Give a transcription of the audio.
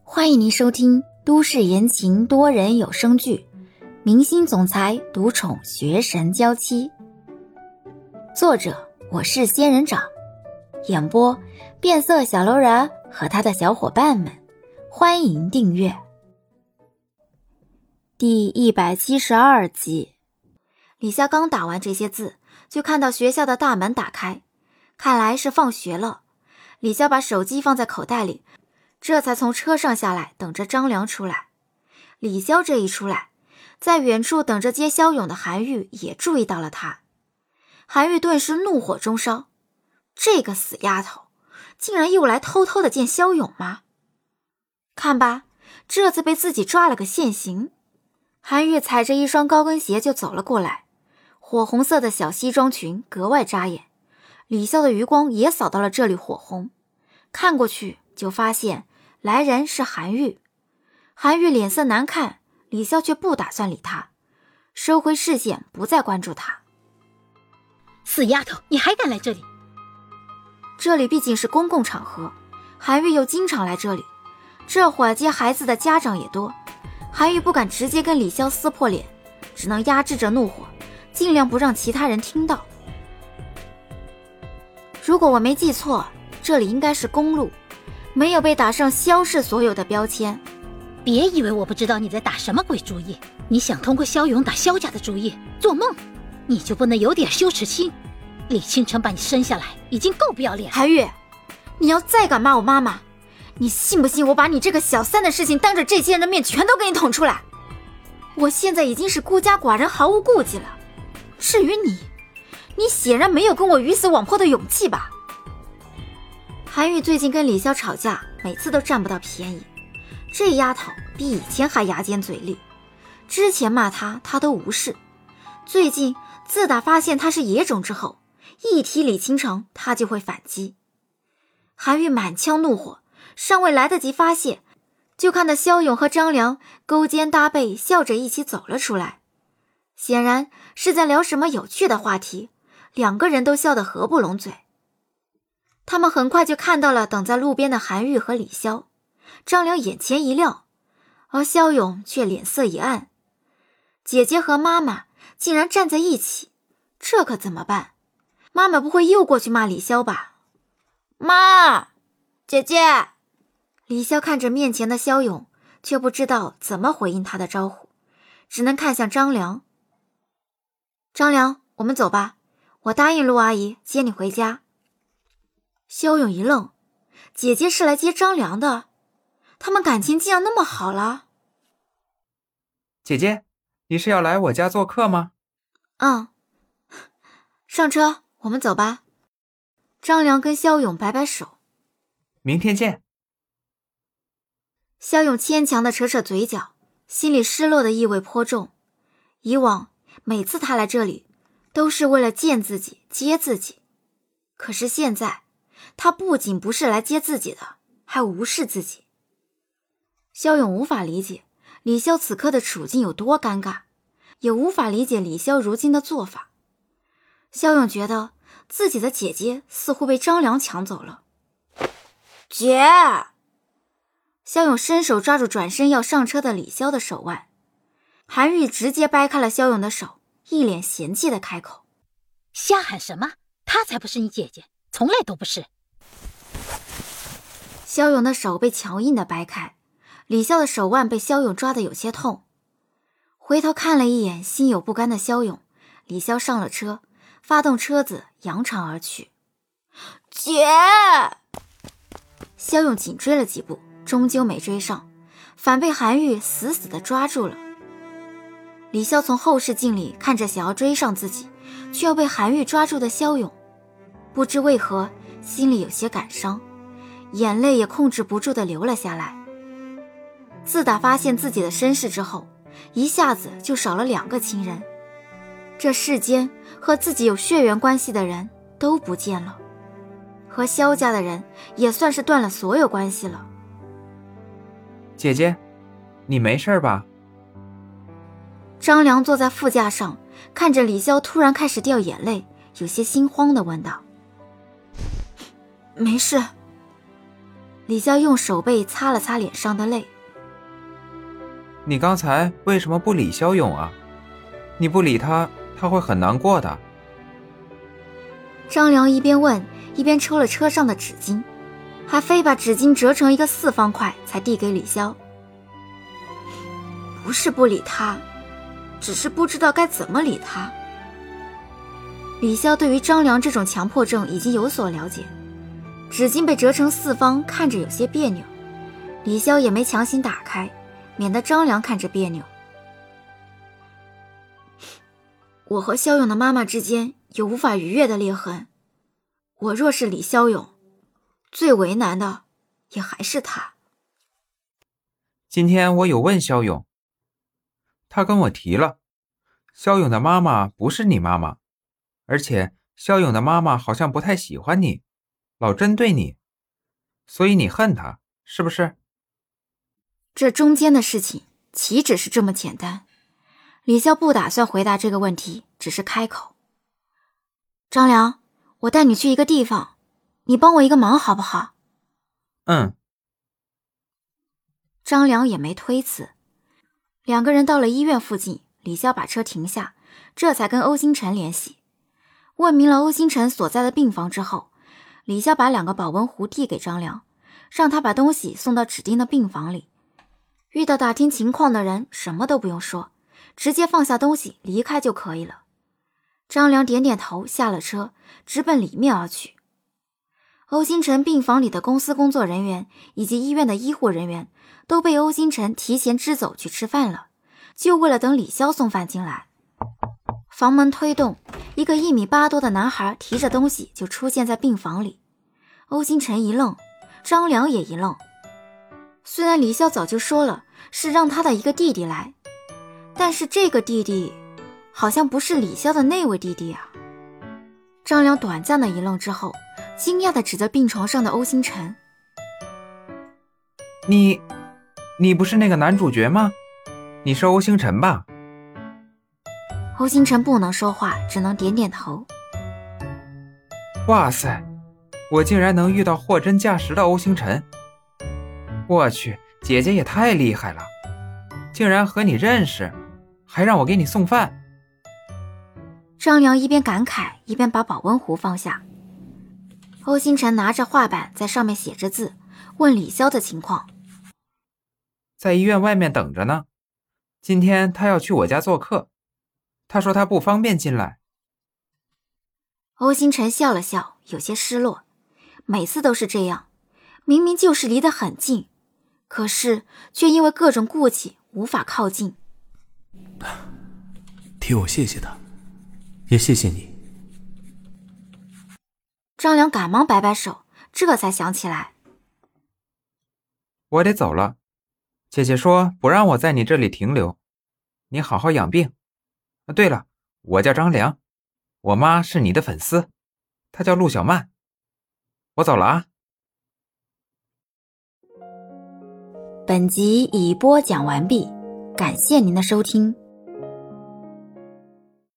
欢迎您收听都市言情多人有声剧《明星总裁独宠学神娇妻》，作者我是仙人掌，演播变色小楼人和他的小伙伴们。欢迎订阅。第172集，李潇刚打完这些字，就看到学校的大门打开，看来是放学了。李潇把手机放在口袋里，这才从车上下来，等着张良出来。李潇这一出来，在远处等着接肖勇的韩愈也注意到了他。韩愈顿时怒火中烧，这个死丫头竟然又来偷偷的见肖勇吗？看吧，这次被自己抓了个现行。韩愈踩着一双高跟鞋就走了过来，火红色的小西装裙格外扎眼，李潇的余光也扫到了这里火红，看过去就发现来人是韩愈。韩愈脸色难看，李潇却不打算理他，收回视线，不再关注他。 死丫头，你还敢来这里？ 这里毕竟是公共场合，韩愈又经常来这里，这会儿接孩子的家长也多，韩愈不敢直接跟李潇撕破脸，只能压制着怒火，尽量不让其他人听到。如果我没记错，这里应该是公路，没有被打上萧氏所有的标签。 别以为我不知道你在打什么鬼主意，你想通过肖勇打萧家的主意，做梦！你就不能有点羞耻心？李倾城把你生下来已经够不要脸。 韩愈，你要再敢骂我妈妈，你信不信我把你这个小三的事情当着这些人的面全都给你捅出来？我现在已经是孤家寡人，毫无顾忌了。至于你显然没有跟我鱼死网破的勇气吧？韩愈最近跟李潇吵架，每次都占不到便宜，这丫头比以前还牙尖嘴利，之前骂她都无视，最近自打发现她是野种之后，一提李倾城她就会反击。韩愈满腔怒火，尚未来得及发泄，就看到肖勇和张良勾肩搭背笑着一起走了出来，显然是在聊什么有趣的话题，两个人都笑得合不拢嘴。他们很快就看到了等在路边的韩愈和李潇，张良眼前一亮，而肖勇却脸色一暗。姐姐和妈妈竟然站在一起，这可怎么办？妈妈不会又过去骂李潇吧？妈，姐姐！李潇看着面前的肖勇，却不知道怎么回应他的招呼，只能看向张良。张良，我们走吧，我答应陆阿姨接你回家。肖勇一愣，姐姐是来接张良的，他们感情竟然那么好了。 姐姐，你是要来我家做客吗？ 上车，我们走吧。张良跟肖勇摆摆手。 明天见。 肖勇牵强地扯扯嘴角，心里失落的意味颇重。以往每次他来这里都是为了见自己接自己，可是现在他不仅不是来接自己的，还无视自己。肖勇无法理解李潇此刻的处境有多尴尬，也无法理解李潇如今的做法。肖勇觉得自己的姐姐似乎被张良抢走了。姐！肖勇伸手抓住转身要上车的李潇的手腕，韩愈直接掰开了肖勇的手，一脸嫌弃的开口： 瞎喊什么？她才不是你姐姐，从来都不是。 肖勇的手被强硬的掰开，李潇的手腕被肖勇抓得有些痛。回头看了一眼心有不甘的肖勇，李潇上了车，发动车子扬长而去。姐！肖勇紧追了几步，终究没追上，反被韩愈死死地抓住了。李潇从后视镜里看着想要追上自己却又被韩愈抓住的肖勇，不知为何心里有些感伤，眼泪也控制不住地流了下来。自打发现自己的身世之后，一下子就少了2个亲人，这世间和自己有血缘关系的人都不见了，和萧家的人也算是断了所有关系了。 姐姐，你没事吧？ 张良坐在副驾上，看着李潇突然开始掉眼泪，有些心慌地问道：没事。 李潇用手背擦了擦脸上的泪。 你刚才为什么不理肖勇啊？你不理他，他会很难过的。 张良一边问，一边抽了车上的纸巾，还非把纸巾折成一个4方块才递给李潇。不是不理他，只是不知道该怎么理他。李潇对于张良这种强迫症已经有所了解，纸巾被折成4方，看着有些别扭，李潇也没强行打开，免得张良看着别扭。我和肖勇的妈妈之间有无法逾越的裂痕，我若是李肖勇，最为难的也还是他。 今天我有问肖勇，他跟我提了，肖勇的妈妈不是你妈妈，而且肖勇的妈妈好像不太喜欢你，老针对你，所以你恨他，是不是？ 这中间的事情岂止是这么简单？李潇不打算回答这个问题，只是开口。张良，我带你去一个地方，你帮我一个忙好不好？张良也没推辞。2个人到了医院附近，李潇把车停下，这才跟欧星辰联系。问明了欧星辰所在的病房之后，李潇把2个保温壶递给张良，让他把东西送到指定的病房里。遇到打听情况的人，什么都不用说，直接放下东西离开就可以了。张良点点头，下了车，直奔里面而去。欧星辰病房里的公司工作人员以及医院的医护人员都被欧星辰提前支走去吃饭了，就为了等李潇送饭进来。房门推动，一个1.8米多的男孩提着东西就出现在病房里。欧星辰一愣，张良也一愣。虽然李潇早就说了是让他的一个弟弟来，但是这个弟弟好像不是李潇的那位弟弟啊。张良短暂的一愣之后，惊讶地指着病床上的欧星辰。 你不是那个男主角吗？你是欧星辰吧？ 欧星辰不能说话，只能点点头。 哇塞，我竟然能遇到货真价实的欧星辰。我去，姐姐也太厉害了，竟然和你认识，还让我给你送饭。 张良一边感慨，一边把保温壶放下。欧星辰拿着画板在上面写着字，问李潇的情况。 在医院外面等着呢，今天他要去我家做客，他说他不方便进来。 欧星辰笑了笑，有些失落。每次都是这样，明明就是离得很近，可是却因为各种顾忌无法靠近。 替我谢谢他，也谢谢你。 张良赶忙摆摆手，这才想起来。 我得走了，姐姐说不让我在你这里停留，你好好养病。对了，我叫张良，我妈是你的粉丝，她叫陆小曼。我走了啊。 本集已播讲完毕，感谢您的收听。